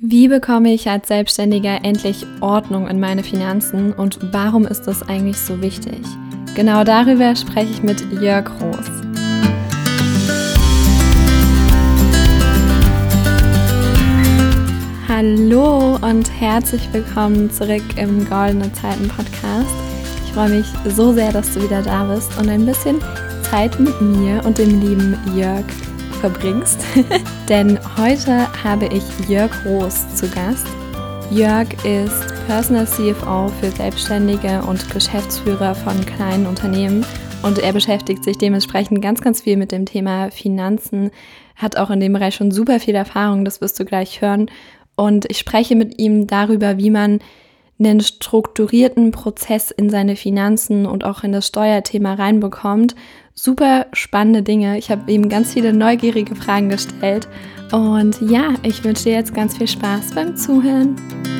Wie bekomme ich als Selbstständiger endlich Ordnung in meine Finanzen und warum ist das eigentlich so wichtig? Genau darüber spreche ich mit Jörg Roos. Hallo und herzlich willkommen zurück im Goldene Zeiten Podcast. Ich freue mich so sehr, dass du wieder da bist und ein bisschen Zeit mit mir und dem lieben Jörg verbringst. Denn heute habe ich Jörg Roos zu Gast. Jörg ist Personal CFO für Selbstständige und Geschäftsführer von kleinen Unternehmen und er beschäftigt sich dementsprechend ganz viel mit dem Thema Finanzen, hat auch in dem Bereich schon super viel Erfahrung, das wirst du gleich hören. Und ich spreche mit ihm darüber, wie man einen strukturierten Prozess in seine Finanzen und auch in das Steuerthema reinbekommt. Super spannende Dinge. Ich habe ihm ganz viele neugierige Fragen gestellt. Und ja, ich wünsche dir jetzt ganz viel Spaß beim Zuhören.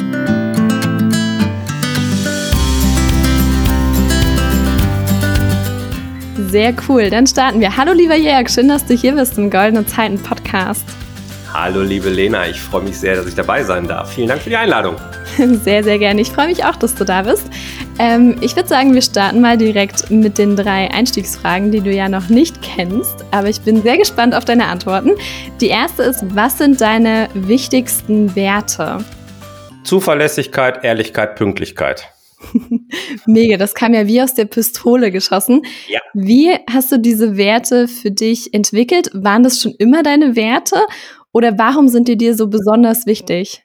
Sehr cool, dann starten wir. Hallo lieber Jörg, schön, dass du hier bist im Goldene Zeiten Podcast. Hallo liebe Lena, ich freue mich sehr, dass ich dabei sein darf. Vielen Dank für die Einladung. Sehr, sehr gerne. Ich freue mich auch, dass du da bist. Ich würde sagen, wir starten mal direkt mit den 3 Einstiegsfragen, die du ja noch nicht kennst. Aber ich bin sehr gespannt auf deine Antworten. Die erste ist, was sind deine wichtigsten Werte? Zuverlässigkeit, Ehrlichkeit, Pünktlichkeit. Mega, das kam ja wie aus der Pistole geschossen. Ja. Wie hast du diese Werte für dich entwickelt? Waren das schon immer deine Werte? Oder warum sind die dir so besonders wichtig?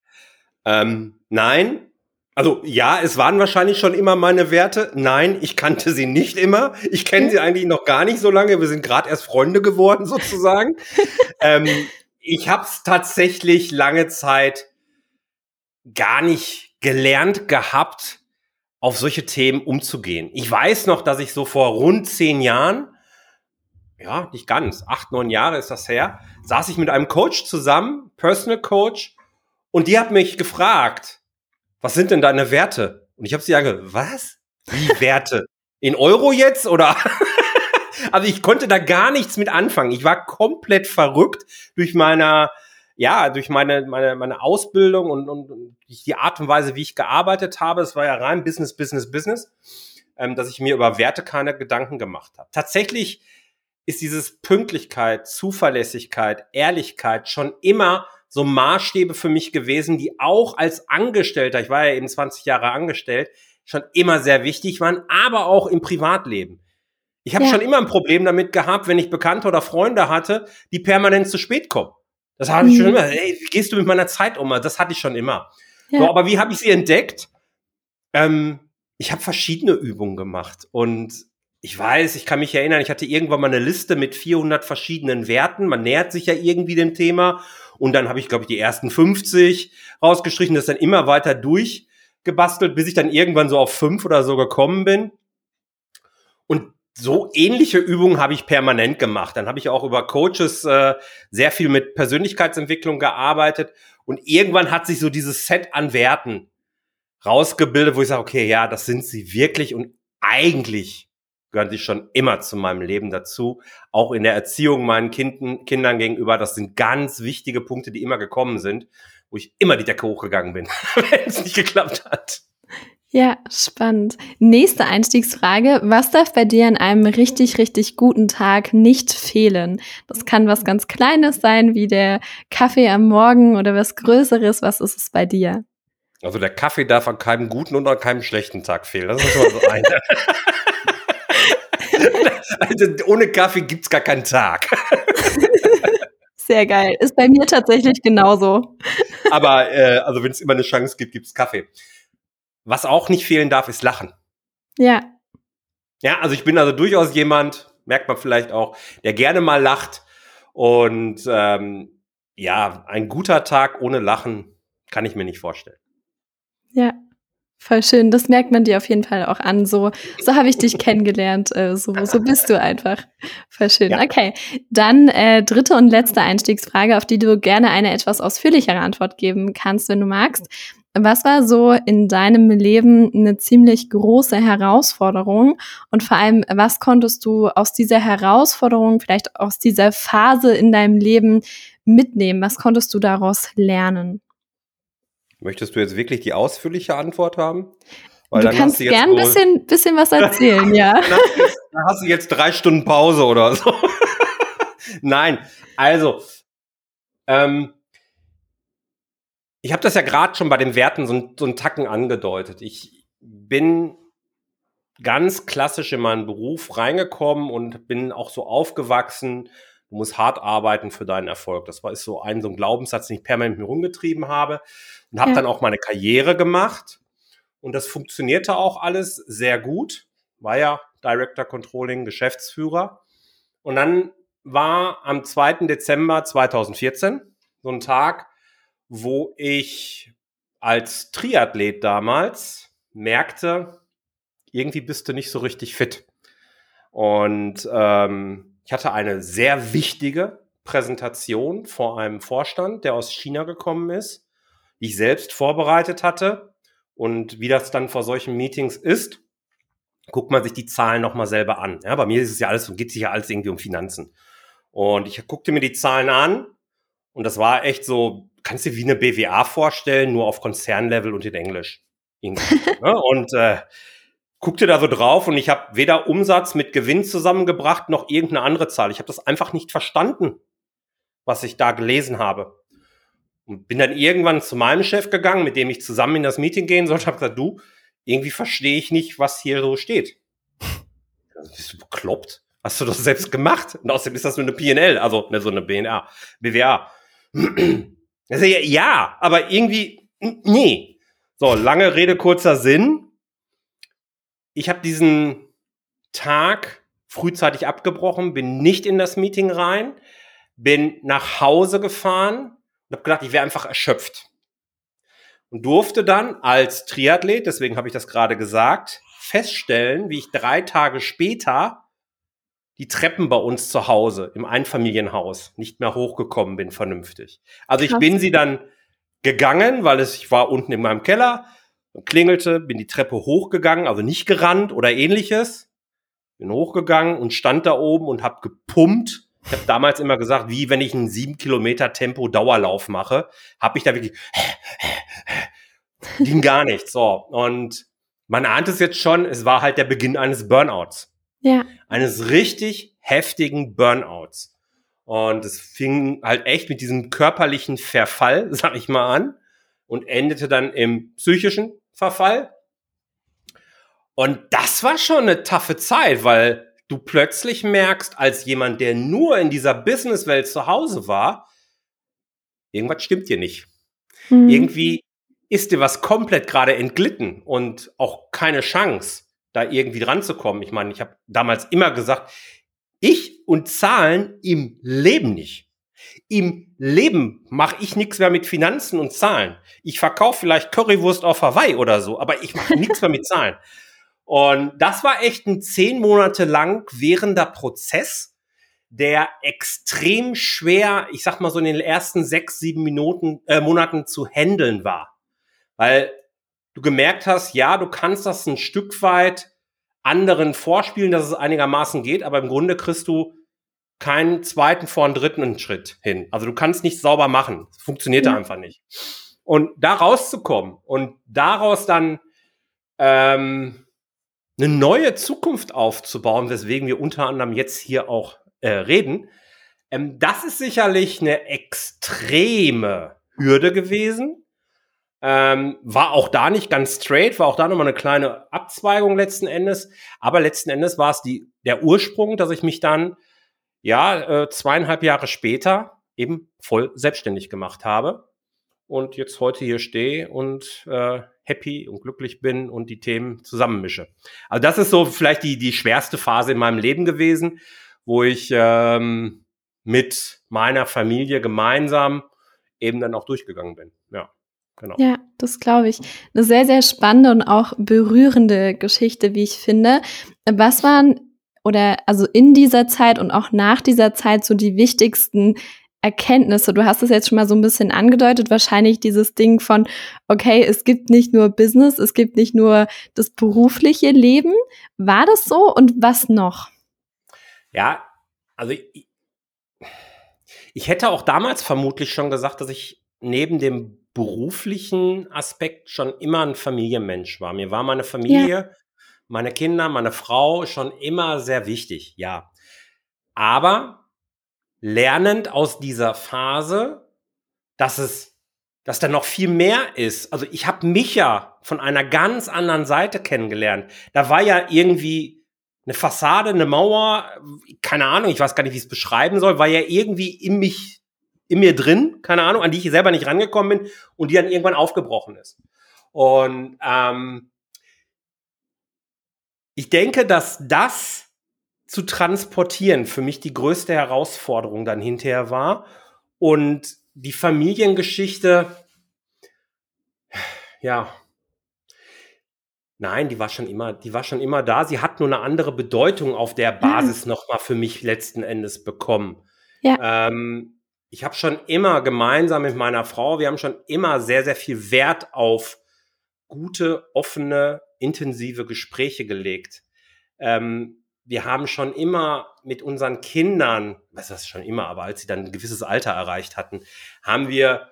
Nein. Also ja, es waren wahrscheinlich schon immer meine Werte. Nein, ich kannte sie nicht immer. Ich kenne sie eigentlich noch gar nicht so lange. Wir sind gerade erst Freunde geworden sozusagen. Ich habe es tatsächlich lange Zeit gar nicht gelernt gehabt, auf solche Themen umzugehen. Ich weiß noch, dass ich so vor rund 10 Jahren, ja, nicht ganz, 8, 9 Jahre ist das her, saß ich mit einem Coach zusammen, Personal Coach, und die hat mich gefragt, was sind denn deine Werte? Und ich habe sie gesagt, was? Wie Werte? In Euro jetzt? Oder? Also ich konnte da gar nichts mit anfangen. Ich war komplett verrückt durch meine Ausbildung und die Art und Weise, wie ich gearbeitet habe. Es war ja rein Business, dass ich mir über Werte keine Gedanken gemacht habe. Tatsächlich ist dieses Pünktlichkeit, Zuverlässigkeit, Ehrlichkeit schon immer so Maßstäbe für mich gewesen, die auch als Angestellter, ich war ja eben 20 Jahre angestellt, schon immer sehr wichtig waren, aber auch im Privatleben. Ich habe schon immer ein Problem damit gehabt, wenn ich Bekannte oder Freunde hatte, die permanent zu spät kommen. Das habe ich schon immer. Ey, wie gehst du mit meiner Zeit um? Das hatte ich schon immer. Ja. So, aber wie habe ich sie entdeckt? Ich habe verschiedene Übungen gemacht und ich weiß, ich kann mich erinnern, ich hatte irgendwann mal eine Liste mit 400 verschiedenen Werten. Man nähert sich ja irgendwie dem Thema. Und dann habe ich, glaube ich, die ersten 50 rausgestrichen, das dann immer weiter durchgebastelt, bis ich dann irgendwann so auf 5 oder so gekommen bin. Und so ähnliche Übungen habe ich permanent gemacht. Dann habe ich auch über Coaches sehr viel mit Persönlichkeitsentwicklung gearbeitet. Und irgendwann hat sich so dieses Set an Werten rausgebildet, wo ich sage, okay, ja, das sind sie wirklich. Und eigentlich gehören sie schon immer zu meinem Leben dazu. Auch in der Erziehung meinen Kindern gegenüber. Das sind ganz wichtige Punkte, die immer gekommen sind, wo ich immer die Decke hochgegangen bin, wenn es nicht geklappt hat. Ja, spannend. Nächste Einstiegsfrage. Was darf bei dir an einem richtig guten Tag nicht fehlen? Das kann was ganz Kleines sein, wie der Kaffee am Morgen oder was Größeres. Was ist es bei dir? Also der Kaffee darf an keinem guten und an keinem schlechten Tag fehlen. Das ist schon mal so eine. Also ohne Kaffee gibt's gar keinen Tag. Sehr geil. Ist bei mir tatsächlich genauso. Aber also wenn es immer eine Chance gibt, gibt's Kaffee. Was auch nicht fehlen darf, ist Lachen. Ja. Ja, also ich bin also durchaus jemand, merkt man vielleicht auch, der gerne mal lacht. Und ja, ein guter Tag ohne Lachen kann ich mir nicht vorstellen. Ja. Voll schön, das merkt man dir auf jeden Fall auch an. So habe ich dich kennengelernt, so bist du einfach. Voll schön. Ja. Okay, dann 3. und letzte Einstiegsfrage, auf die du gerne eine etwas ausführlichere Antwort geben kannst, wenn du magst. Was war so in deinem Leben eine ziemlich große Herausforderung? Und vor allem, was konntest du aus dieser Herausforderung, vielleicht aus dieser Phase in deinem Leben mitnehmen? Was konntest du daraus lernen? Möchtest du jetzt wirklich die ausführliche Antwort haben? Weil Du dann kannst hast du jetzt gern ein bisschen was erzählen, ja. dann hast du jetzt 3 Stunden Pause oder so. Nein, also, ich habe das ja gerade schon bei den Werten so einen Tacken angedeutet. Ich bin ganz klassisch in meinen Beruf reingekommen und bin auch so aufgewachsen. Du musst hart arbeiten für deinen Erfolg. Das ist so ein Glaubenssatz, den ich permanent mit mir rumgetrieben habe und habe dann auch meine Karriere gemacht. Und das funktionierte auch alles sehr gut. War ja Director Controlling, Geschäftsführer. Und dann war am 2. Dezember 2014 so ein Tag, wo ich als Triathlet damals merkte, irgendwie bist du nicht so richtig fit. Und ich hatte eine sehr wichtige Präsentation vor einem Vorstand, der aus China gekommen ist, die ich selbst vorbereitet hatte. Und wie das dann vor solchen Meetings ist, guckt man sich die Zahlen nochmal selber an. Ja, bei mir ist es ja alles, geht sich ja alles irgendwie um Finanzen. Und ich guckte mir die Zahlen an und das war echt so, kannst du dir wie eine BWA vorstellen, nur auf Konzernlevel und in Englisch. Irgendwie, ne? Und guckte da so drauf und ich habe weder Umsatz mit Gewinn zusammengebracht, noch irgendeine andere Zahl. Ich habe das einfach nicht verstanden, was ich da gelesen habe. Und bin dann irgendwann zu meinem Chef gegangen, mit dem ich zusammen in das Meeting gehen sollte, habe gesagt, du, irgendwie verstehe ich nicht, was hier so steht. Also, bist du bekloppt? Hast du das selbst gemacht? Und außerdem ist das nur eine P&L, also so eine BWA. Also, ja, aber irgendwie, nee. So, lange Rede, kurzer Sinn. Ich habe diesen Tag frühzeitig abgebrochen, bin nicht in das Meeting rein, bin nach Hause gefahren und habe gedacht, ich wäre einfach erschöpft. Und durfte dann als Triathlet, deswegen habe ich das gerade gesagt, feststellen, wie ich 3 Tage später die Treppen bei uns zu Hause im Einfamilienhaus nicht mehr hochgekommen bin vernünftig. Also ich bin sie dann gegangen, weil ich war unten in meinem Keller, klingelte, bin die Treppe hochgegangen, also nicht gerannt oder ähnliches. Bin hochgegangen und stand da oben und habe gepumpt. Ich habe damals immer gesagt, wie wenn ich einen 7 Kilometer Tempo Dauerlauf mache, habe ich da wirklich ging gar nicht. So, und man ahnt es jetzt schon, es war halt der Beginn eines Burnouts. Ja. Eines richtig heftigen Burnouts. Und es fing halt echt mit diesem körperlichen Verfall, sag ich mal, an und endete dann im psychischen Verfall. Und das war schon eine taffe Zeit, weil du plötzlich merkst, als jemand, der nur in dieser Businesswelt zu Hause war, irgendwas stimmt dir nicht. Irgendwie ist dir was komplett gerade entglitten und auch keine Chance, da irgendwie dran zu kommen. Ich meine, ich habe damals immer gesagt, ich und Zahlen im Leben nicht. Im Leben mache ich nichts mehr mit Finanzen und Zahlen. Ich verkaufe vielleicht Currywurst auf Hawaii oder so, aber ich mache nichts mehr mit Zahlen. Und das war echt ein 10 Monate lang währender Prozess, der extrem schwer, ich sag mal so in den ersten 6, 7 Monaten zu handeln war. Weil du gemerkt hast, ja, du kannst das ein Stück weit anderen vorspielen, dass es einigermaßen geht, aber im Grunde kriegst du keinen zweiten vor einen dritten Schritt hin. Also du kannst nicht sauber machen. Das funktioniert einfach nicht. Und da rauszukommen und daraus dann eine neue Zukunft aufzubauen, weswegen wir unter anderem jetzt hier auch reden, das ist sicherlich eine extreme Hürde gewesen. War auch da nicht ganz straight, war auch da nochmal eine kleine Abzweigung letzten Endes. Aber letzten Endes war es der Ursprung, dass ich mich dann 2,5 Jahre später eben voll selbstständig gemacht habe und jetzt heute hier stehe und happy und glücklich bin und die Themen zusammenmische. Also das ist so vielleicht die schwerste Phase in meinem Leben gewesen, wo ich mit meiner Familie gemeinsam eben dann auch durchgegangen bin. Ja, genau. Ja, das glaube ich. Eine sehr, sehr spannende und auch berührende Geschichte, wie ich finde. Was waren also in dieser Zeit und auch nach dieser Zeit so die wichtigsten Erkenntnisse? Du hast es jetzt schon mal so ein bisschen angedeutet, wahrscheinlich dieses Ding von, okay, es gibt nicht nur Business, es gibt nicht nur das berufliche Leben. War das so und was noch? Ja, also ich hätte auch damals vermutlich schon gesagt, dass ich neben dem beruflichen Aspekt schon immer ein Familienmensch war. Mir war meine Ja, Familie, meine Kinder, meine Frau schon immer sehr wichtig, ja. Aber lernend aus dieser Phase, dass da noch viel mehr ist. Also ich habe mich ja von einer ganz anderen Seite kennengelernt. Da war ja irgendwie eine Fassade, eine Mauer, keine Ahnung, ich weiß gar nicht, wie ich es beschreiben soll, war ja irgendwie in mir drin, keine Ahnung, an die ich selber nicht rangekommen bin und die dann irgendwann aufgebrochen ist. Und ich denke, dass das zu transportieren für mich die größte Herausforderung dann hinterher war. Und die Familiengeschichte, ja, nein, die war schon immer da. Sie hat nur eine andere Bedeutung auf der ah, Basis nochmal für mich letzten Endes bekommen. ja, Ich habe schon immer gemeinsam mit meiner Frau, wir haben schon immer sehr, sehr viel Wert auf gute, offene, intensive Gespräche gelegt. Wir haben schon immer mit unseren Kindern, was heißt schon immer, aber als sie dann ein gewisses Alter erreicht hatten, haben wir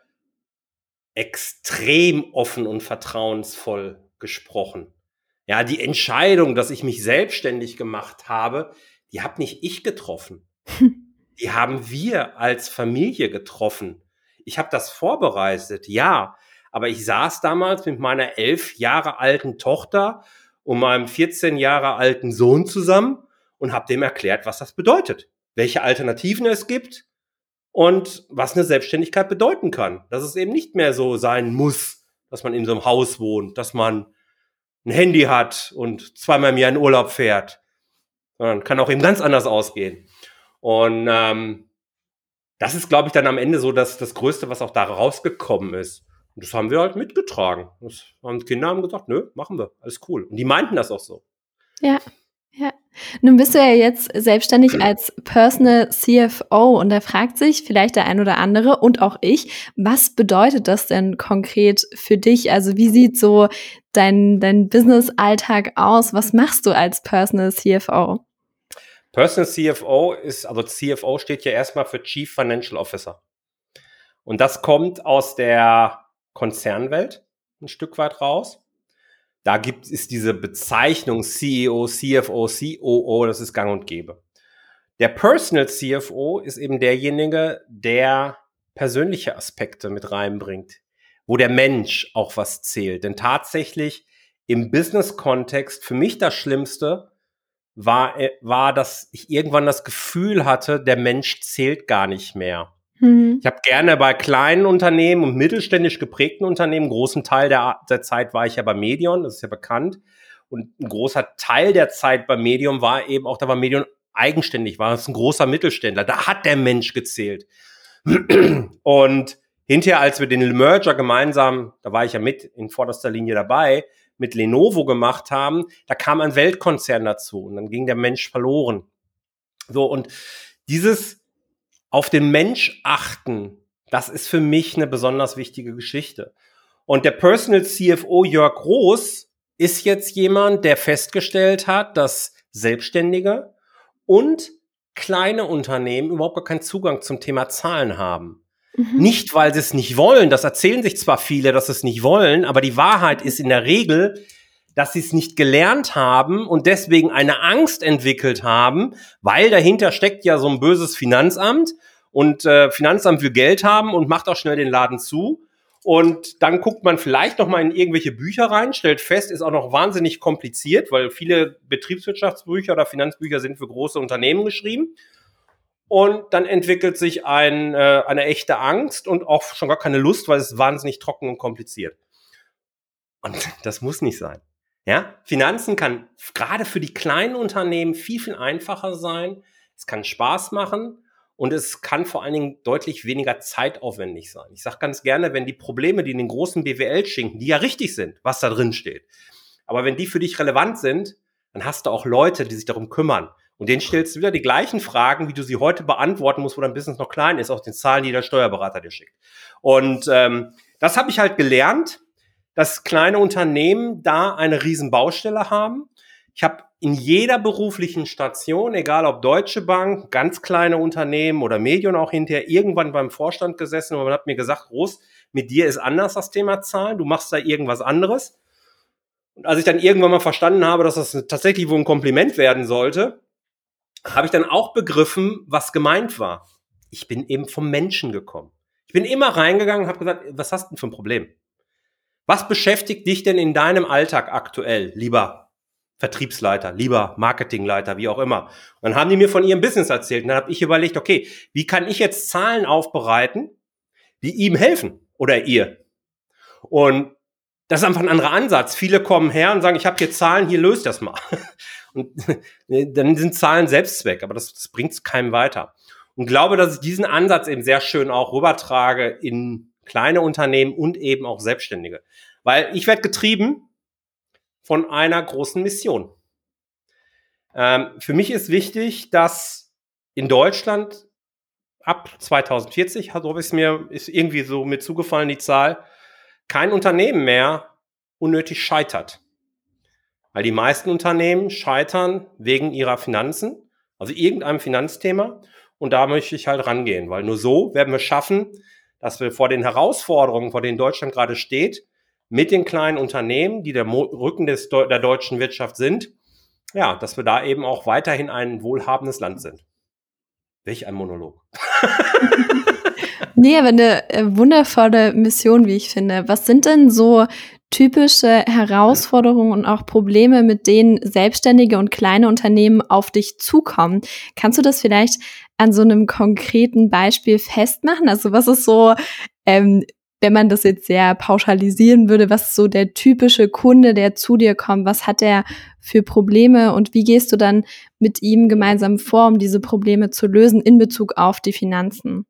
extrem offen und vertrauensvoll gesprochen. Ja, die Entscheidung, dass ich mich selbstständig gemacht habe, die habe nicht ich getroffen. Die haben wir als Familie getroffen. Ich habe das vorbereitet, ja, aber ich saß damals mit meiner 11 Jahre alten Tochter und meinem 14 Jahre alten Sohn zusammen und habe dem erklärt, was das bedeutet, welche Alternativen es gibt und was eine Selbstständigkeit bedeuten kann. Dass es eben nicht mehr so sein muss, dass man in so einem Haus wohnt, dass man ein Handy hat und zweimal im Jahr in Urlaub fährt, sondern kann auch eben ganz anders ausgehen. Und das ist, glaube ich, dann am Ende so das Größte, was auch da rausgekommen ist. Und das haben wir halt mitgetragen. Die Kinder haben gesagt, nö, machen wir, alles cool. Und die meinten das auch so. ja, ja. Nun bist du ja jetzt selbstständig als Personal CFO und da fragt sich vielleicht der ein oder andere und auch ich, was bedeutet das denn konkret für dich? Also wie sieht so dein Business-Alltag aus? Was machst du als Personal CFO? Personal CFO also CFO steht ja erstmal für Chief Financial Officer. Und das kommt aus der Konzernwelt ein Stück weit raus. Da ist diese Bezeichnung CEO, CFO, COO, das ist gang und gäbe. Der Personal CFO ist eben derjenige, der persönliche Aspekte mit reinbringt, wo der Mensch auch was zählt. Denn tatsächlich im Business-Kontext für mich das Schlimmste war, dass ich irgendwann das Gefühl hatte, der Mensch zählt gar nicht mehr. Ich habe gerne bei kleinen Unternehmen und mittelständisch geprägten Unternehmen, einen großen Teil der Zeit war ich ja bei Medion, das ist ja bekannt. Und ein großer Teil der Zeit bei Medion war eben auch, da war Medion eigenständig, war es ein großer Mittelständler. Da hat der Mensch gezählt. Und hinterher, als wir den Merger gemeinsam, da war ich ja mit in vorderster Linie dabei, mit Lenovo gemacht haben, da kam ein Weltkonzern dazu und dann ging der Mensch verloren. So, und dieses auf den Mensch achten, das ist für mich eine besonders wichtige Geschichte. Und der Personal CFO Jörg Groß ist jetzt jemand, der festgestellt hat, dass Selbstständige und kleine Unternehmen überhaupt gar keinen Zugang zum Thema Zahlen haben. Nicht, weil sie es nicht wollen, das erzählen sich zwar viele, dass sie es nicht wollen, aber die Wahrheit ist in der Regel, dass sie es nicht gelernt haben und deswegen eine Angst entwickelt haben, weil dahinter steckt ja so ein böses Finanzamt und Finanzamt will Geld haben und macht auch schnell den Laden zu. Und dann guckt man vielleicht noch mal in irgendwelche Bücher rein, stellt fest, ist auch noch wahnsinnig kompliziert, weil viele Betriebswirtschaftsbücher oder Finanzbücher sind für große Unternehmen geschrieben. Und dann entwickelt sich eine echte Angst und auch schon gar keine Lust, weil es ist wahnsinnig trocken und kompliziert. Und das muss nicht sein. Ja, Finanzen kann gerade für die kleinen Unternehmen viel, viel einfacher sein. Es kann Spaß machen und es kann vor allen Dingen deutlich weniger zeitaufwendig sein. Ich sage ganz gerne, wenn die Probleme, die in den großen BWL-Schinken, die ja richtig sind, was da drin steht, aber wenn die für dich relevant sind, dann hast du auch Leute, die sich darum kümmern. Und denen stellst du wieder die gleichen Fragen, wie du sie heute beantworten musst, wo dein Business noch klein ist, aus den Zahlen, die der Steuerberater dir schickt. Und das habe ich halt gelernt, dass kleine Unternehmen da eine riesen Baustelle haben. Ich habe in jeder beruflichen Station, egal ob Deutsche Bank, ganz kleine Unternehmen oder Medion auch hinterher, irgendwann beim Vorstand gesessen und man hat mir gesagt, Groß, mit dir ist anders das Thema Zahlen, du machst da irgendwas anderes. Und als ich dann irgendwann mal verstanden habe, dass das tatsächlich wohl ein Kompliment werden sollte, habe ich dann auch begriffen, was gemeint war. Ich bin eben vom Menschen gekommen. Ich bin immer reingegangen und habe gesagt, was hast du denn für ein Problem? Was beschäftigt dich denn in deinem Alltag aktuell, lieber Vertriebsleiter, lieber Marketingleiter, wie auch immer? Und dann haben die mir von ihrem Business erzählt und dann habe ich überlegt, okay, wie kann ich jetzt Zahlen aufbereiten, die ihm helfen oder ihr? Und das ist einfach ein anderer Ansatz. Viele kommen her und sagen, ich habe hier Zahlen, hier löst das mal. Und dann sind Zahlen Selbstzweck, aber das bringt es keinem weiter. Und glaube, dass ich diesen Ansatz eben sehr schön auch rübertrage in kleine Unternehmen und eben auch Selbstständige. Weil ich werde getrieben von einer großen Mission. Für mich ist wichtig, dass in Deutschland ab 2040, so ist irgendwie so mir zugefallen, die Zahl, kein Unternehmen mehr unnötig scheitert. Weil die meisten Unternehmen scheitern wegen ihrer Finanzen, also irgendeinem Finanzthema. Und da möchte ich halt rangehen, weil nur so werden wir schaffen, dass wir vor den Herausforderungen, vor denen Deutschland gerade steht, mit den kleinen Unternehmen, die der Rücken der deutschen Wirtschaft sind, ja, dass wir da eben auch weiterhin ein wohlhabendes Land sind. Welch ein Monolog. Nee, aber eine wundervolle Mission, wie ich finde. Was sind denn so typische Herausforderungen und auch Probleme, mit denen Selbstständige und kleine Unternehmen auf dich zukommen? Kannst du das vielleicht an so einem konkreten Beispiel festmachen? Also was ist so, wenn man das jetzt sehr pauschalisieren würde, was ist so der typische Kunde, der zu dir kommt? Was hat er für Probleme und wie gehst du dann mit ihm gemeinsam vor, um diese Probleme zu lösen in Bezug auf die Finanzen?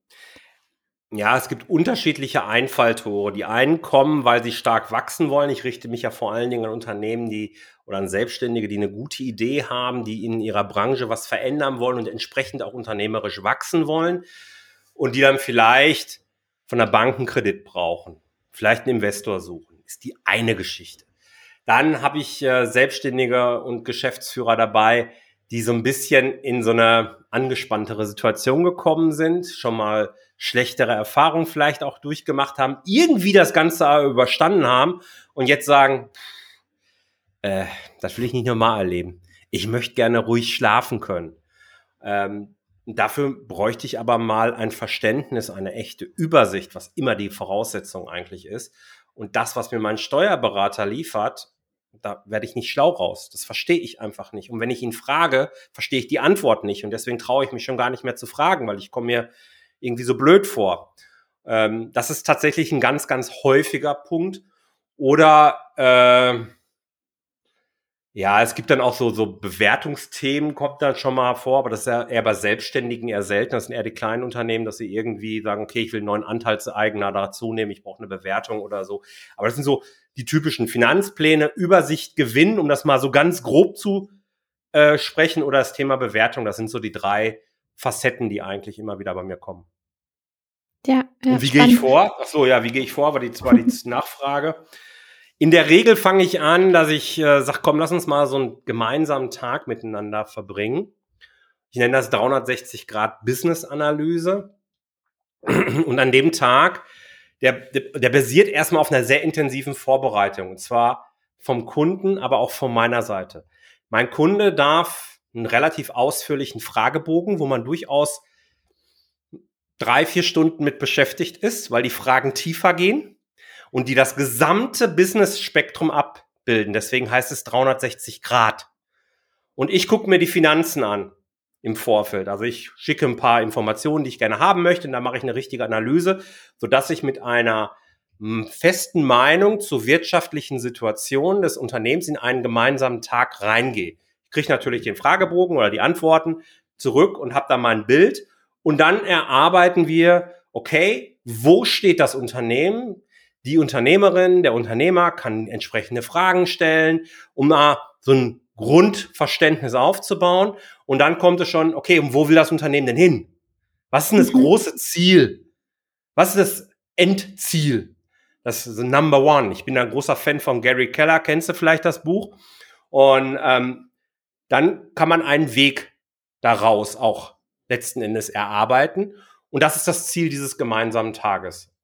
Ja, es gibt unterschiedliche Einfalltore. Die einen kommen, weil sie stark wachsen wollen. Ich richte mich ja vor allen Dingen an Unternehmen, oder an Selbstständige, die eine gute Idee haben, die in ihrer Branche was verändern wollen und entsprechend auch unternehmerisch wachsen wollen und die dann vielleicht von der Bank einen Kredit brauchen, vielleicht einen Investor suchen. Ist die eine Geschichte. Dann habe ich Selbstständige und Geschäftsführer dabei, die so ein bisschen in so eine angespanntere Situation gekommen sind, schon mal schlechtere Erfahrungen vielleicht auch durchgemacht haben, irgendwie das Ganze überstanden haben und jetzt sagen, das will ich nicht nochmal erleben. Ich möchte gerne ruhig schlafen können. Dafür bräuchte ich aber mal ein Verständnis, eine echte Übersicht, was immer die Voraussetzung eigentlich ist. Und das, was mir mein Steuerberater liefert, da werde ich nicht schlau raus. Das verstehe ich einfach nicht. Und wenn ich ihn frage, verstehe ich die Antwort nicht. Und deswegen traue ich mich schon gar nicht mehr zu fragen, weil ich komme mir irgendwie so blöd vor. Das ist tatsächlich ein ganz, ganz häufiger Punkt. Oder ja, es gibt dann auch so Bewertungsthemen, kommt dann schon mal vor, aber das ist ja eher bei Selbstständigen eher selten. Das sind eher die kleinen Unternehmen, dass sie irgendwie sagen, okay, ich will einen neuen Anteilseigner dazu nehmen, ich brauche eine Bewertung oder so. Aber das sind so die typischen Finanzpläne, Übersicht, Gewinn, um das mal so ganz grob zu sprechen, oder das Thema Bewertung. Das sind so die 3 Facetten, die eigentlich immer wieder bei mir kommen. Ja, und wie gehe ich vor? Ach so, ja, wie gehe ich vor? War die Nachfrage. In der Regel fange ich an, dass ich sage, komm, lass uns mal so einen gemeinsamen Tag miteinander verbringen. Ich nenne das 360-Grad-Business-Analyse. Und an dem Tag, der basiert erstmal auf einer sehr intensiven Vorbereitung. Und zwar vom Kunden, aber auch von meiner Seite. Mein Kunde darf einen relativ ausführlichen Fragebogen, wo man durchaus 3-4 Stunden mit beschäftigt ist, weil die Fragen tiefer gehen und die das gesamte Business-Spektrum abbilden. Deswegen heißt es 360 Grad. Und ich gucke mir die Finanzen an im Vorfeld. Also ich schicke ein paar Informationen, die ich gerne haben möchte, und dann mache ich eine richtige Analyse, sodass ich mit einer festen Meinung zur wirtschaftlichen Situation des Unternehmens in einen gemeinsamen Tag reingehe. Ich kriege natürlich den Fragebogen oder die Antworten zurück und habe dann mein Bild. Und dann erarbeiten wir, okay, wo steht das Unternehmen? Die Unternehmerin, der Unternehmer kann entsprechende Fragen stellen, um mal so ein Grundverständnis aufzubauen. Und dann kommt es schon, okay, und wo will das Unternehmen denn hin? Was ist denn das große Ziel? Was ist das Endziel? Das ist Number One. Ich bin ein großer Fan von Gary Keller. Kennst du vielleicht das Buch? Und dann kann man einen Weg daraus auch letzten Endes erarbeiten. Und das ist das Ziel dieses gemeinsamen Tages.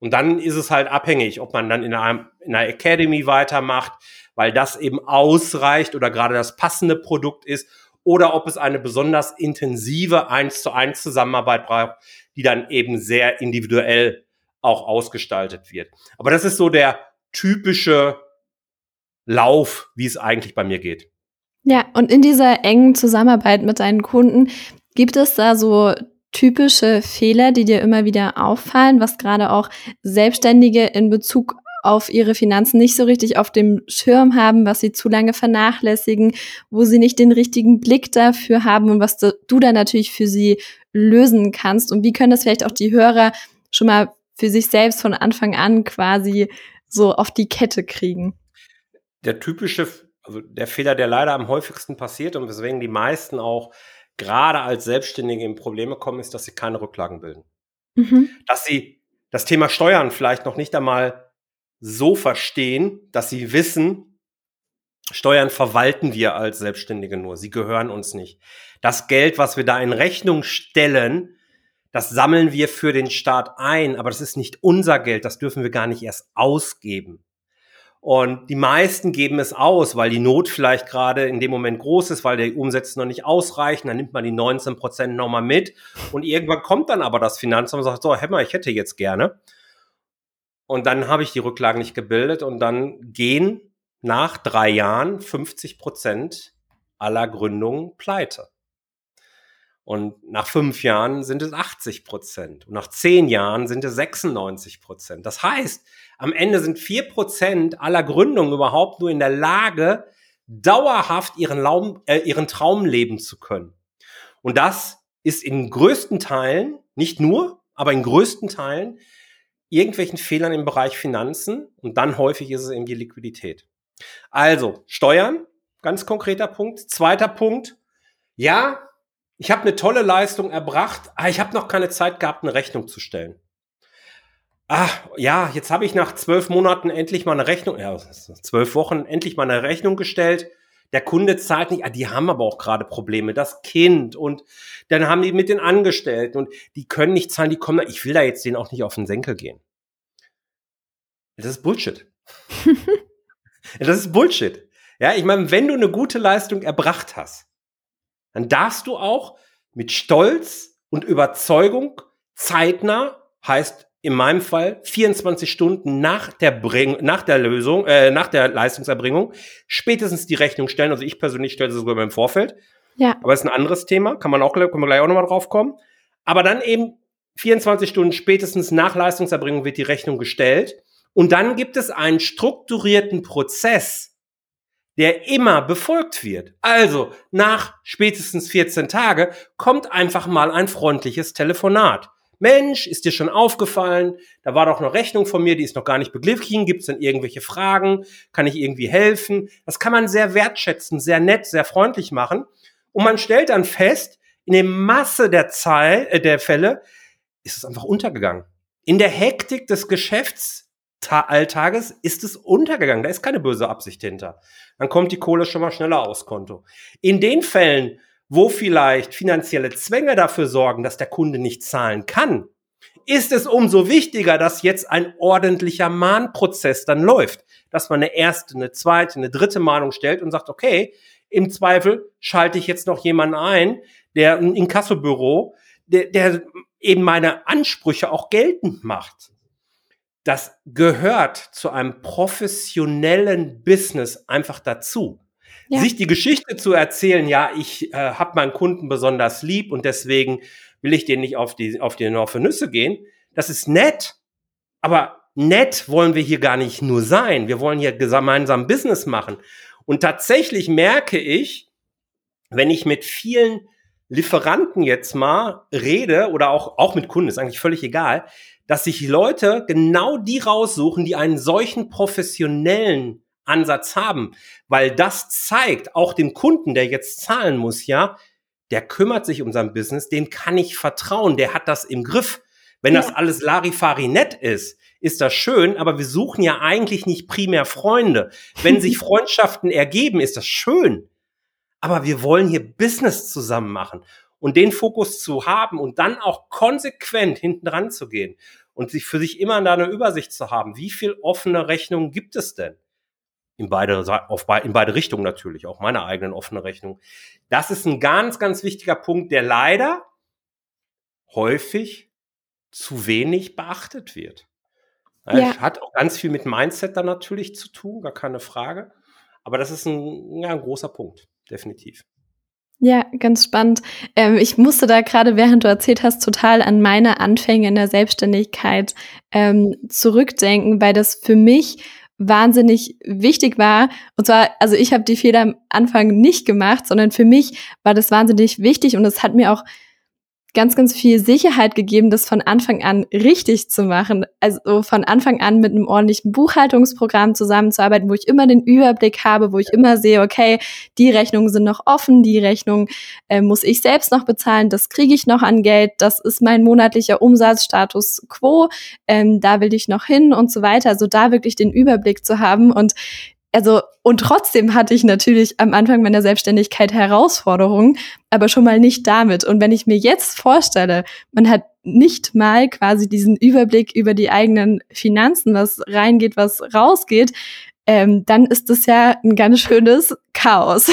Und dann ist es halt abhängig, ob man dann in einer Academy weitermacht, weil das eben ausreicht oder gerade das passende Produkt ist, oder ob es eine besonders intensive 1:1 Zusammenarbeit braucht, die dann eben sehr individuell auch ausgestaltet wird. Aber das ist so der typische Lauf, wie es eigentlich bei mir geht. Ja, und in dieser engen Zusammenarbeit mit deinen Kunden, gibt es da so typische Fehler, die dir immer wieder auffallen, was gerade auch Selbstständige in Bezug auf ihre Finanzen nicht so richtig auf dem Schirm haben, was sie zu lange vernachlässigen, wo sie nicht den richtigen Blick dafür haben und was du dann natürlich für sie lösen kannst? Und wie können das vielleicht auch die Hörer schon mal für sich selbst von Anfang an quasi so auf die Kette kriegen? Der Fehler, der leider am häufigsten passiert und weswegen die meisten auch gerade als Selbstständige in Probleme kommen, ist, dass sie keine Rücklagen bilden. Dass sie das Thema Steuern vielleicht noch nicht einmal so verstehen, dass sie wissen, Steuern verwalten wir als Selbstständige nur. Sie gehören uns nicht. Das Geld, was wir da in Rechnung stellen, das sammeln wir für den Staat ein, aber das ist nicht unser Geld. Das dürfen wir gar nicht erst ausgeben. Und die meisten geben es aus, weil die Not vielleicht gerade in dem Moment groß ist, weil die Umsätze noch nicht ausreichen. Dann nimmt man die 19% nochmal mit. Und irgendwann kommt dann aber das Finanzamt und sagt, so, Hämmer, ich hätte jetzt gerne. Und dann habe ich die Rücklagen nicht gebildet. Und dann gehen nach 3 Jahren 50% aller Gründungen pleite. Und nach 5 Jahren sind es 80%. Und nach 10 Jahren sind es 96%. Das heißt, am Ende sind 4% aller Gründungen überhaupt nur in der Lage, dauerhaft ihren Traum leben zu können. Und das ist in größten Teilen, nicht nur, aber in größten Teilen, irgendwelchen Fehlern im Bereich Finanzen. Und dann häufig ist es eben die Liquidität. Also, Steuern, ganz konkreter Punkt. Zweiter Punkt, ja, ich habe eine tolle Leistung erbracht, aber ich habe noch keine Zeit gehabt, eine Rechnung zu stellen. Ja, jetzt habe ich nach 12 Monaten endlich mal eine Rechnung, 12 Wochen endlich mal eine Rechnung gestellt. Der Kunde zahlt nicht, die haben aber auch gerade Probleme, das Kind und dann haben die mit den Angestellten und die können nicht zahlen, die kommen, ich will da jetzt denen auch nicht auf den Senkel gehen. Das ist Bullshit. Das ist Bullshit. Ja, ich meine, wenn du eine gute Leistung erbracht hast, dann darfst du auch mit Stolz und Überzeugung zeitnah, heißt in meinem Fall 24 Stunden nach der Leistungserbringung, spätestens die Rechnung stellen. Also ich persönlich stelle sie sogar im Vorfeld. Ja. Aber das ist ein anderes Thema, können wir gleich auch nochmal drauf kommen. Aber dann eben 24 Stunden spätestens nach Leistungserbringung wird die Rechnung gestellt. Und dann gibt es einen strukturierten Prozess, der immer befolgt wird. Also nach spätestens 14 Tage kommt einfach mal ein freundliches Telefonat. Mensch, ist dir schon aufgefallen? Da war doch eine Rechnung von mir, die ist noch gar nicht beglichen. Gibt es denn irgendwelche Fragen? Kann ich irgendwie helfen? Das kann man sehr wertschätzen, sehr nett, sehr freundlich machen. Und man stellt dann fest, in der Masse der Fälle ist es einfach untergegangen. In der Hektik des Geschäftsalltages ist es untergegangen. Da ist keine böse Absicht hinter. Dann kommt die Kohle schon mal schneller aufs Konto. In den Fällen, wo vielleicht finanzielle Zwänge dafür sorgen, dass der Kunde nicht zahlen kann, ist es umso wichtiger, dass jetzt ein ordentlicher Mahnprozess dann läuft. Dass man eine erste, eine zweite, eine dritte Mahnung stellt und sagt, okay, im Zweifel schalte ich jetzt noch jemanden ein, der ein Inkassobüro, der eben meine Ansprüche auch geltend macht. Das gehört zu einem professionellen Business einfach dazu. Ja. Sich die Geschichte zu erzählen, ja, ich habe meinen Kunden besonders lieb und deswegen will ich den nicht auf die Nüsse gehen, das ist nett, aber nett wollen wir hier gar nicht nur sein. Wir wollen hier gemeinsam Business machen. Und tatsächlich merke ich, wenn ich mit vielen Lieferanten jetzt mal rede oder auch mit Kunden, ist eigentlich völlig egal, dass sich Leute genau die raussuchen, die einen solchen professionellen Ansatz haben, weil das zeigt auch dem Kunden, der jetzt zahlen muss, ja, der kümmert sich um sein Business, dem kann ich vertrauen, der hat das im Griff. Wenn das alles Larifari nett ist das schön, aber wir suchen ja eigentlich nicht primär Freunde. Wenn sich Freundschaften ergeben, ist das schön. Aber wir wollen hier Business zusammen machen und den Fokus zu haben und dann auch konsequent hinten dran zu gehen. und sich für sich immer da eine Übersicht zu haben, wie viel offene Rechnungen gibt es denn? In beide Richtungen natürlich, auch meine eigenen offene Rechnung. Das ist ein ganz, ganz wichtiger Punkt, der leider häufig zu wenig beachtet wird. Ja. Hat auch ganz viel mit Mindset dann natürlich zu tun, gar keine Frage. Aber das ist ein großer Punkt, definitiv. Ja, ganz spannend. Ich musste da gerade, während du erzählt hast, total an meine Anfänge in der Selbstständigkeit zurückdenken, weil das für mich wahnsinnig wichtig war. Und zwar, also ich habe die Fehler am Anfang nicht gemacht, sondern für mich war das wahnsinnig wichtig und es hat mir auch ganz, ganz viel Sicherheit gegeben, das von Anfang an richtig zu machen. Also von Anfang an mit einem ordentlichen Buchhaltungsprogramm zusammenzuarbeiten, wo ich immer den Überblick habe, wo ich immer sehe, okay, die Rechnungen sind noch offen, die Rechnung muss ich selbst noch bezahlen, das kriege ich noch an Geld, das ist mein monatlicher Umsatzstatus quo, da will ich noch hin und so weiter. Also da wirklich den Überblick zu haben und trotzdem hatte ich natürlich am Anfang meiner Selbstständigkeit Herausforderungen, aber schon mal nicht damit. Und wenn ich mir jetzt vorstelle, man hat nicht mal quasi diesen Überblick über die eigenen Finanzen, was reingeht, was rausgeht, dann ist das ja ein ganz schönes Chaos.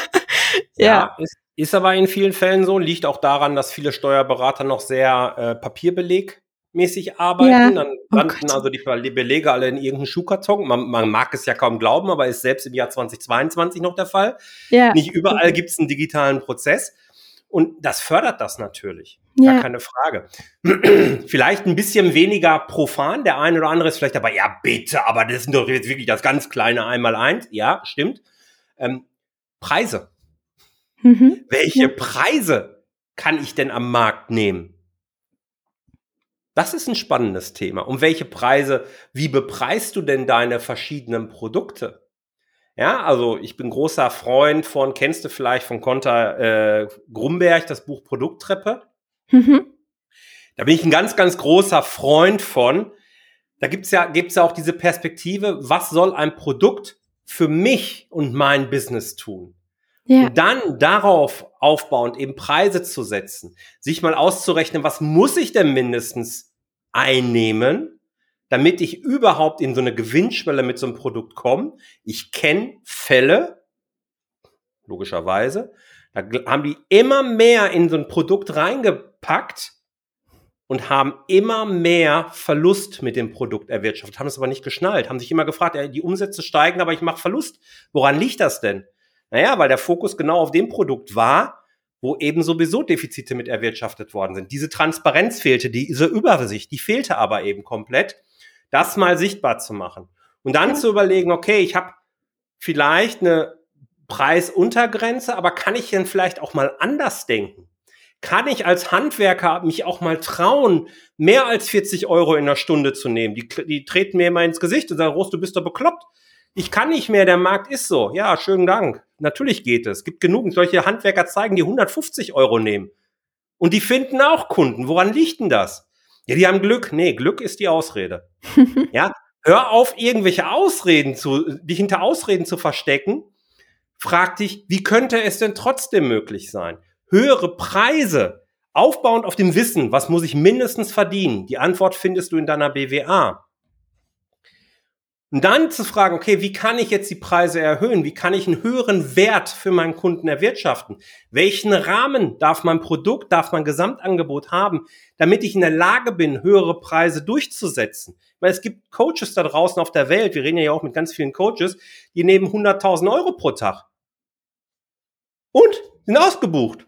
Ja, ist aber in vielen Fällen so, liegt auch daran, dass viele Steuerberater noch sehr papierbelegmäßig arbeiten. Dann landen also die Belege alle in irgendeinem Schuhkarton. Man mag es ja kaum glauben, aber ist selbst im Jahr 2022 noch der Fall. Ja. Nicht überall gibt es einen digitalen Prozess. Und das fördert das natürlich. Gar keine Frage. Vielleicht ein bisschen weniger profan. Der eine oder andere ist vielleicht aber, ja bitte, aber das sind doch jetzt wirklich das ganz kleine Einmaleins. Ja, stimmt. Preise. Welche Preise kann ich denn am Markt nehmen? Das ist ein spannendes Thema. Um welche Preise, wie bepreist du denn deine verschiedenen Produkte? Ja, also ich bin großer Freund kennst du vielleicht von Konter Grumberg, das Buch Produkttreppe? Da bin ich ein ganz, ganz großer Freund von. Da gibt's ja auch diese Perspektive, was soll ein Produkt für mich und mein Business tun? Ja. Und dann darauf aufbauend eben Preise zu setzen, sich mal auszurechnen, was muss ich denn mindestens einnehmen, damit ich überhaupt in so eine Gewinnschwelle mit so einem Produkt komme. Ich kenne Fälle, logischerweise, da haben die immer mehr in so ein Produkt reingepackt und haben immer mehr Verlust mit dem Produkt erwirtschaftet, haben es aber nicht geschnallt, haben sich immer gefragt, die Umsätze steigen, aber ich mache Verlust. Woran liegt das denn? Naja, weil der Fokus genau auf dem Produkt war, wo eben sowieso Defizite mit erwirtschaftet worden sind. Diese Transparenz fehlte, diese Übersicht, die fehlte aber eben komplett, das mal sichtbar zu machen. Und dann zu überlegen, okay, ich habe vielleicht eine Preisuntergrenze, aber kann ich denn vielleicht auch mal anders denken? Kann ich als Handwerker mich auch mal trauen, mehr als 40 € in der Stunde zu nehmen? Die treten mir immer ins Gesicht und sagen, Rost, du bist doch bekloppt. Ich kann nicht mehr, der Markt ist so. Ja, schönen Dank. Natürlich geht es. Es gibt genug. Solche Handwerker zeigen, die 150 € nehmen. Und die finden auch Kunden. Woran liegt denn das? Ja, die haben Glück. Nee, Glück ist die Ausrede. Ja, hör auf, irgendwelche dich hinter Ausreden zu verstecken. Frag dich, wie könnte es denn trotzdem möglich sein? Höhere Preise, aufbauend auf dem Wissen, was muss ich mindestens verdienen? Die Antwort findest du in deiner BWA. Und dann zu fragen, okay, wie kann ich jetzt die Preise erhöhen? Wie kann ich einen höheren Wert für meinen Kunden erwirtschaften? Welchen Rahmen darf mein Produkt, darf mein Gesamtangebot haben, damit ich in der Lage bin, höhere Preise durchzusetzen? Weil es gibt Coaches da draußen auf der Welt, wir reden ja auch mit ganz vielen Coaches, die nehmen 100.000 € pro Tag. Und sind ausgebucht.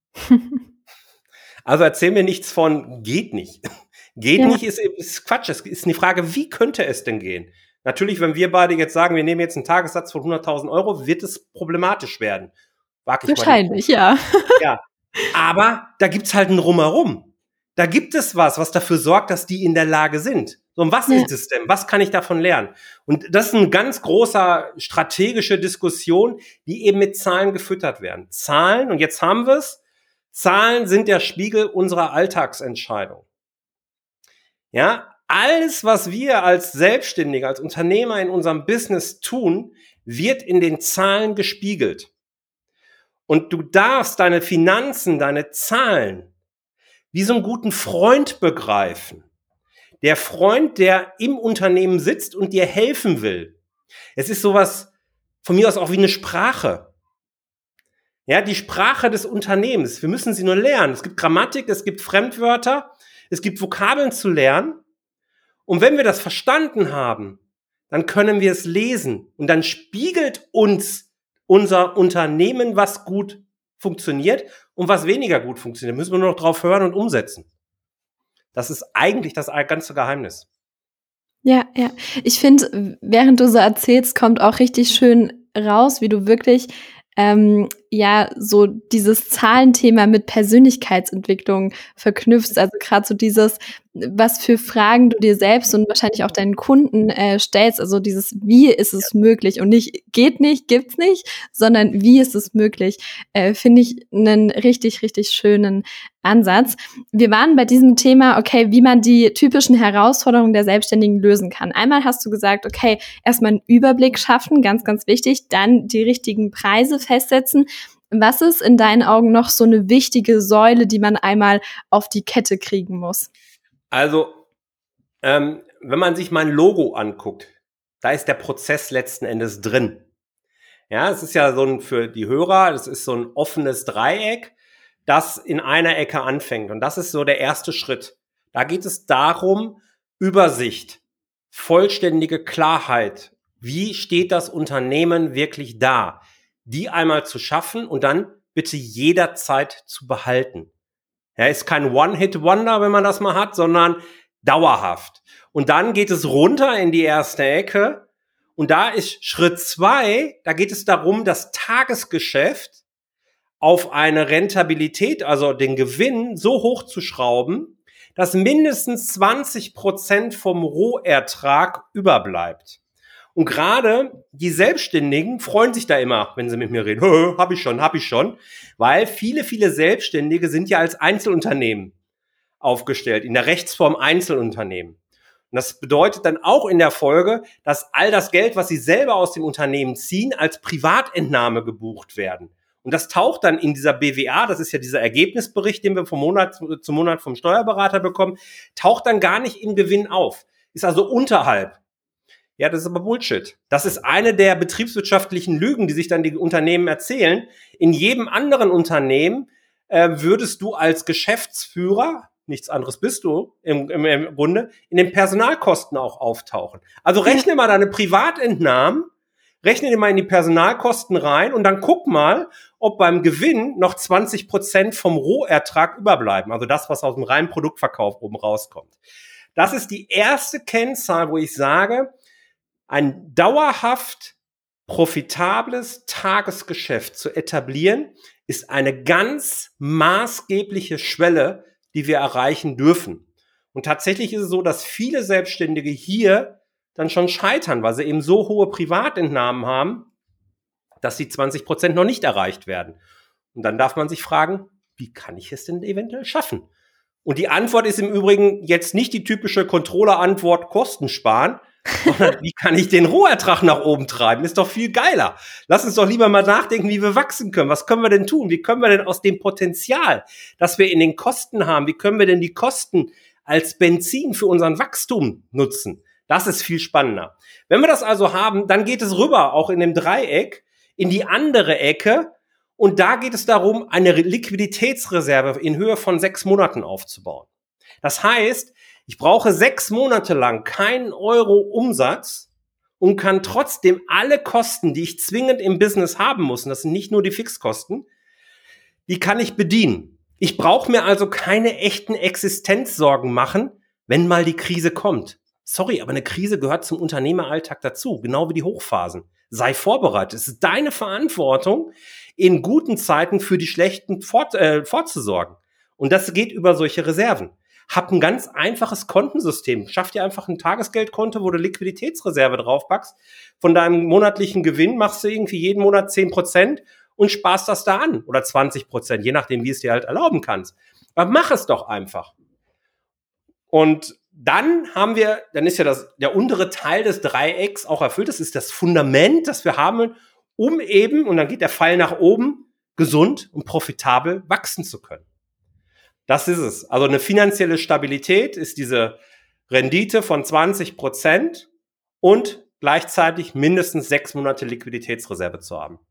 Also erzähl mir nichts von, geht nicht. Geht nicht ist Quatsch. Es ist die Frage, wie könnte es denn gehen? Natürlich, wenn wir beide jetzt sagen, wir nehmen jetzt einen Tagessatz von 100.000 €, wird es problematisch werden. Wahrscheinlich, ja. Ja. Aber da gibt's halt ein Drumherum. Da gibt es was dafür sorgt, dass die in der Lage sind. So, und was ist es denn? Was kann ich davon lernen? Und das ist eine ganz große strategische Diskussion, die eben mit Zahlen gefüttert werden. Zahlen, und jetzt haben wir es, Zahlen sind der Spiegel unserer Alltagsentscheidung. Ja, alles, was wir als Selbstständige, als Unternehmer in unserem Business tun, wird in den Zahlen gespiegelt. Und du darfst deine Finanzen, deine Zahlen wie so einen guten Freund begreifen, der Freund, der im Unternehmen sitzt und dir helfen will. Es ist sowas von mir aus auch wie eine Sprache. Ja, die Sprache des Unternehmens. Wir müssen sie nur lernen. Es gibt Grammatik, es gibt Fremdwörter, es gibt Vokabeln zu lernen. Und wenn wir das verstanden haben, dann können wir es lesen. Und dann spiegelt uns unser Unternehmen, was gut funktioniert und was weniger gut funktioniert. Müssen wir nur noch drauf hören und umsetzen. Das ist eigentlich das ganze Geheimnis. Ja, ja. Ich finde, während du so erzählst, kommt auch richtig schön raus, wie du wirklich so dieses Zahlenthema mit Persönlichkeitsentwicklung verknüpfst. Also gerade so dieses, was für Fragen du dir selbst und wahrscheinlich auch deinen Kunden stellst. Also dieses, wie ist es möglich? Und nicht, geht nicht, gibt's nicht, sondern wie ist es möglich? Finde ich einen richtig, richtig schönen Ansatz. Wir waren bei diesem Thema, okay, wie man die typischen Herausforderungen der Selbstständigen lösen kann. Einmal hast du gesagt, okay, erstmal einen Überblick schaffen, ganz, ganz wichtig, dann die richtigen Preise festsetzen. Was ist in deinen Augen noch so eine wichtige Säule, die man einmal auf die Kette kriegen muss? Also, wenn man sich mein Logo anguckt, da ist der Prozess letzten Endes drin. Ja, es ist ja für die Hörer, das ist so ein offenes Dreieck, das in einer Ecke anfängt. Und das ist so der erste Schritt. Da geht es darum, Übersicht, vollständige Klarheit. Wie steht das Unternehmen wirklich da? Die einmal zu schaffen und dann bitte jederzeit zu behalten. Ja, ist kein One-Hit-Wonder, wenn man das mal hat, sondern dauerhaft. Und dann geht es runter in die erste Ecke. Und da ist Schritt 2, da geht es darum, das Tagesgeschäft auf eine Rentabilität, also den Gewinn, so hoch zu schrauben, dass mindestens 20% vom Rohertrag überbleibt. Und gerade die Selbstständigen freuen sich da immer, wenn sie mit mir reden. Hab ich schon. Weil viele, viele Selbstständige sind ja als Einzelunternehmen aufgestellt, in der Rechtsform Einzelunternehmen. Und das bedeutet dann auch in der Folge, dass all das Geld, was sie selber aus dem Unternehmen ziehen, als Privatentnahme gebucht werden. Und das taucht dann in dieser BWA, das ist ja dieser Ergebnisbericht, den wir vom Monat zu Monat vom Steuerberater bekommen, taucht dann gar nicht im Gewinn auf. Ist also unterhalb. Ja, das ist aber Bullshit. Das ist eine der betriebswirtschaftlichen Lügen, die sich dann die Unternehmen erzählen. In jedem anderen Unternehmen würdest du als Geschäftsführer, nichts anderes bist du im Grunde, in den Personalkosten auch auftauchen. Also rechne mal deine Privatentnahmen, rechne dir mal in die Personalkosten rein und dann guck mal, ob beim Gewinn noch 20% vom Rohertrag überbleiben. Also das, was aus dem reinen Produktverkauf oben rauskommt. Das ist die erste Kennzahl, wo ich sage, ein dauerhaft profitables Tagesgeschäft zu etablieren, ist eine ganz maßgebliche Schwelle, die wir erreichen dürfen. Und tatsächlich ist es so, dass viele Selbstständige hier dann schon scheitern, weil sie eben so hohe Privatentnahmen haben, dass die 20% noch nicht erreicht werden. Und dann darf man sich fragen, wie kann ich es denn eventuell schaffen? Und die Antwort ist im Übrigen jetzt nicht die typische Controller-Antwort Kosten sparen, sondern wie kann ich den Rohertrag nach oben treiben? Ist doch viel geiler. Lass uns doch lieber mal nachdenken, wie wir wachsen können. Was können wir denn tun? Wie können wir denn aus dem Potenzial, das wir in den Kosten haben, wie können wir denn die Kosten als Benzin für unseren Wachstum nutzen? Das ist viel spannender. Wenn wir das also haben, dann geht es rüber, auch in dem Dreieck, in die andere Ecke. Und da geht es darum, eine Liquiditätsreserve in Höhe von 6 Monaten aufzubauen. Das heißt, ich brauche 6 Monate lang keinen Euro Umsatz und kann trotzdem alle Kosten, die ich zwingend im Business haben muss, und das sind nicht nur die Fixkosten, die kann ich bedienen. Ich brauche mir also keine echten Existenzsorgen machen, wenn mal die Krise kommt. Sorry, aber eine Krise gehört zum Unternehmeralltag dazu, genau wie die Hochphasen. Sei vorbereitet. Es ist deine Verantwortung, in guten Zeiten für die schlechten vorzusorgen. Und das geht über solche Reserven. Hab ein ganz einfaches Kontensystem. Schaff dir einfach ein Tagesgeldkonto, wo du Liquiditätsreserve draufpackst. Von deinem monatlichen Gewinn machst du irgendwie jeden Monat 10% und sparst das da an. Oder 20%, je nachdem, wie es dir halt erlauben kannst. Aber mach es doch einfach. Und dann ist ja der untere Teil des Dreiecks auch erfüllt. Das ist das Fundament, das wir haben, um eben, und dann geht der Pfeil nach oben, gesund und profitabel wachsen zu können. Das ist es. Also eine finanzielle Stabilität ist diese Rendite von 20% und gleichzeitig mindestens 6 Monate Liquiditätsreserve zu haben.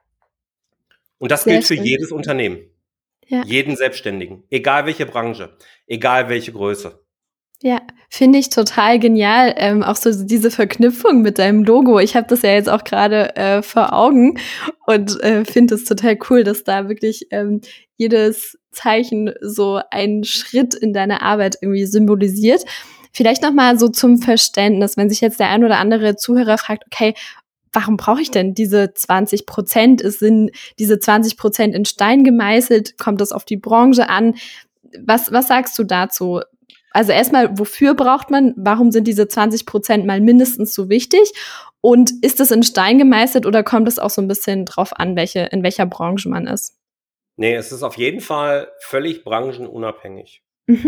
Und das gilt für jedes Unternehmen, jeden Selbstständigen, egal welche Branche, egal welche Größe. Ja, finde ich total genial. Auch so diese Verknüpfung mit deinem Logo. Ich habe das ja jetzt auch gerade vor Augen und finde es total cool, dass da wirklich jedes Zeichen so einen Schritt in deiner Arbeit irgendwie symbolisiert. Vielleicht noch mal so zum Verständnis, wenn sich jetzt der ein oder andere Zuhörer fragt, okay, warum brauche ich denn diese 20%? Sind diese 20% in Stein gemeißelt? Kommt das auf die Branche an? Was sagst du dazu? Also erstmal, wofür braucht man? Warum sind diese 20% mal mindestens so wichtig? Und ist das in Stein gemeißelt oder kommt es auch so ein bisschen drauf an, in welcher Branche man ist? Nee, es ist auf jeden Fall völlig branchenunabhängig.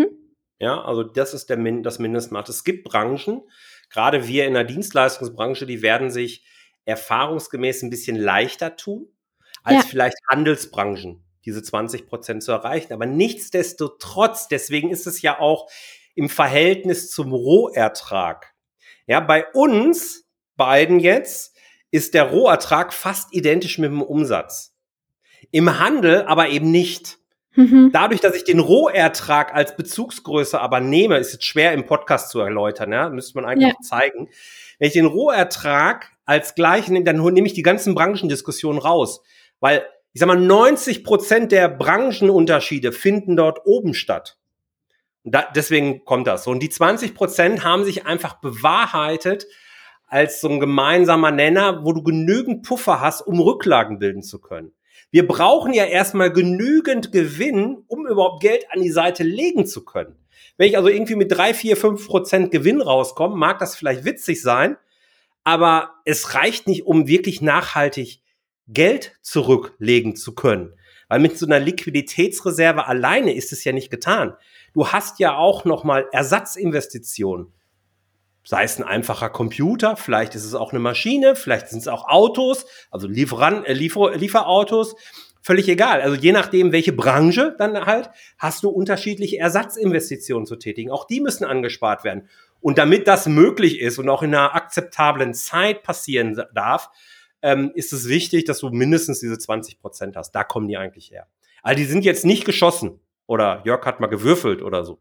Ja, also das ist das Mindestmaß. Es gibt Branchen, gerade wir in der Dienstleistungsbranche, die werden sich erfahrungsgemäß ein bisschen leichter tun, als vielleicht Handelsbranchen, diese 20% zu erreichen. Aber nichtsdestotrotz, deswegen ist es ja auch im Verhältnis zum Rohertrag. Ja, bei uns beiden jetzt ist der Rohertrag fast identisch mit dem Umsatz. Im Handel aber eben nicht. Dadurch, dass ich den Rohertrag als Bezugsgröße aber nehme, ist jetzt schwer im Podcast zu erläutern, ja, müsste man eigentlich zeigen. Wenn ich den Rohertrag als gleich nehme, dann nehme ich die ganzen Branchendiskussionen raus. Weil, ich sag mal, 90% der Branchenunterschiede finden dort oben statt. Deswegen kommt das so. Und die 20% haben sich einfach bewahrheitet als so ein gemeinsamer Nenner, wo du genügend Puffer hast, um Rücklagen bilden zu können. Wir brauchen ja erstmal genügend Gewinn, um überhaupt Geld an die Seite legen zu können. Wenn ich also irgendwie mit 3, 4, 5% Gewinn rauskomme, mag das vielleicht witzig sein, aber es reicht nicht, um wirklich nachhaltig Geld zurücklegen zu können. Weil mit so einer Liquiditätsreserve alleine ist es ja nicht getan. Du hast ja auch nochmal Ersatzinvestitionen. Sei es ein einfacher Computer, vielleicht ist es auch eine Maschine, vielleicht sind es auch Autos, also Lieferautos, völlig egal. Also je nachdem, welche Branche dann halt, hast du unterschiedliche Ersatzinvestitionen zu tätigen. Auch die müssen angespart werden. Und damit das möglich ist und auch in einer akzeptablen Zeit passieren darf, ist es wichtig, dass du mindestens diese 20% hast. Da kommen die eigentlich her. Also die sind jetzt nicht geschossen. Oder Jörg hat mal gewürfelt oder so.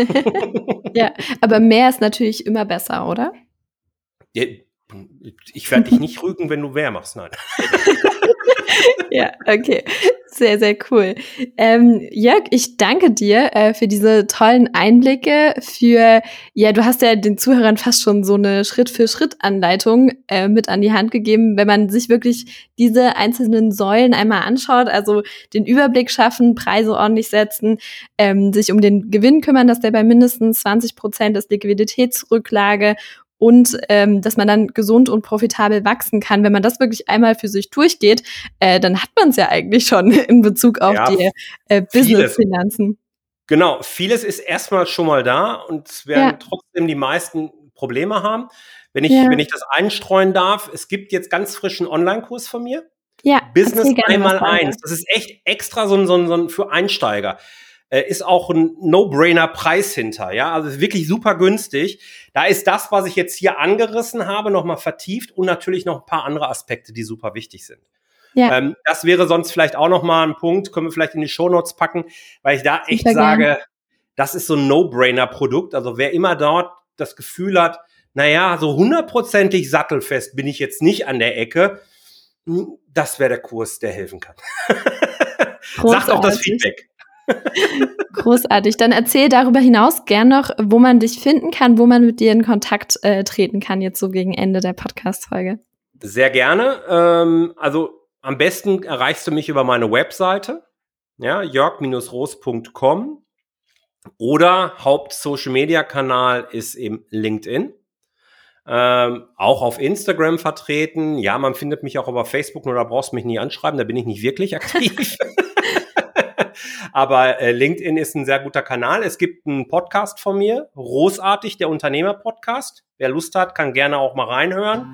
Ja, aber mehr ist natürlich immer besser, oder? Ich werde dich nicht rügen, wenn du mehr machst, nein. Ja, okay. Sehr, sehr cool. Jörg, ich danke dir für diese tollen Einblicke, du hast ja den Zuhörern fast schon so eine Schritt-für-Schritt-Anleitung mit an die Hand gegeben, wenn man sich wirklich diese einzelnen Säulen einmal anschaut, also den Überblick schaffen, Preise ordentlich setzen, sich um den Gewinn kümmern, dass der bei mindestens 20% ist, Liquiditätsrücklage und dass man dann gesund und profitabel wachsen kann. Wenn man das wirklich einmal für sich durchgeht, dann hat man es ja eigentlich schon in Bezug auf die Business-Finanzen. Genau, vieles ist erstmal schon mal da und es werden trotzdem die meisten Probleme haben. Wenn ich das einstreuen darf, es gibt jetzt ganz frischen Online-Kurs von mir. Ja, Business 1x1. Das ist echt extra so ein für Einsteiger. Ist auch ein No-Brainer-Preis hinter, ja, also ist wirklich super günstig. Da ist das, was ich jetzt hier angerissen habe, nochmal vertieft und natürlich noch ein paar andere Aspekte, die super wichtig sind. Ja. Das wäre sonst vielleicht auch nochmal ein Punkt, können wir vielleicht in die Shownotes packen, weil ich da echt sage, das ist so ein No-Brainer-Produkt. Also wer immer dort das Gefühl hat, naja, so 100%ig sattelfest bin ich jetzt nicht an der Ecke, das wäre der Kurs, der helfen kann. Sagt auch das Feedback. Großartig. Dann erzähl darüber hinaus gern noch, wo man dich finden kann, wo man mit dir in Kontakt treten kann, jetzt so gegen Ende der Podcast-Folge. Sehr gerne. Also am besten erreichst du mich über meine Webseite, ja, jörg-roos.com, oder Haupt-Social-Media-Kanal ist eben LinkedIn. Auch auf Instagram vertreten. Ja, man findet mich auch über Facebook, nur da brauchst du mich nie anschreiben, da bin ich nicht wirklich aktiv. Aber LinkedIn ist ein sehr guter Kanal. Es gibt einen Podcast von mir, Großartig, der Unternehmer-Podcast. Wer Lust hat, kann gerne auch mal reinhören.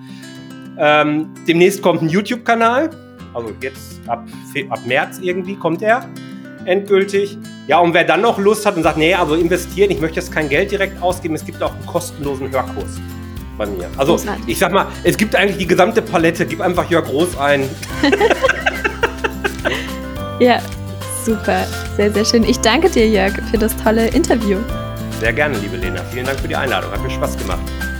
Demnächst kommt ein YouTube-Kanal. Also jetzt ab März irgendwie kommt er. endgültig. Ja, und wer dann noch Lust hat und sagt, nee, also investieren, ich möchte jetzt kein Geld direkt ausgeben, es gibt auch einen kostenlosen Hörkurs bei mir. Also ich sag mal, es gibt eigentlich die gesamte Palette, gib einfach Jörg Groß ein. Ja, super, sehr, sehr schön. Ich danke dir, Jörg, für das tolle Interview. Sehr gerne, liebe Lena. Vielen Dank für die Einladung, hat mir Spaß gemacht.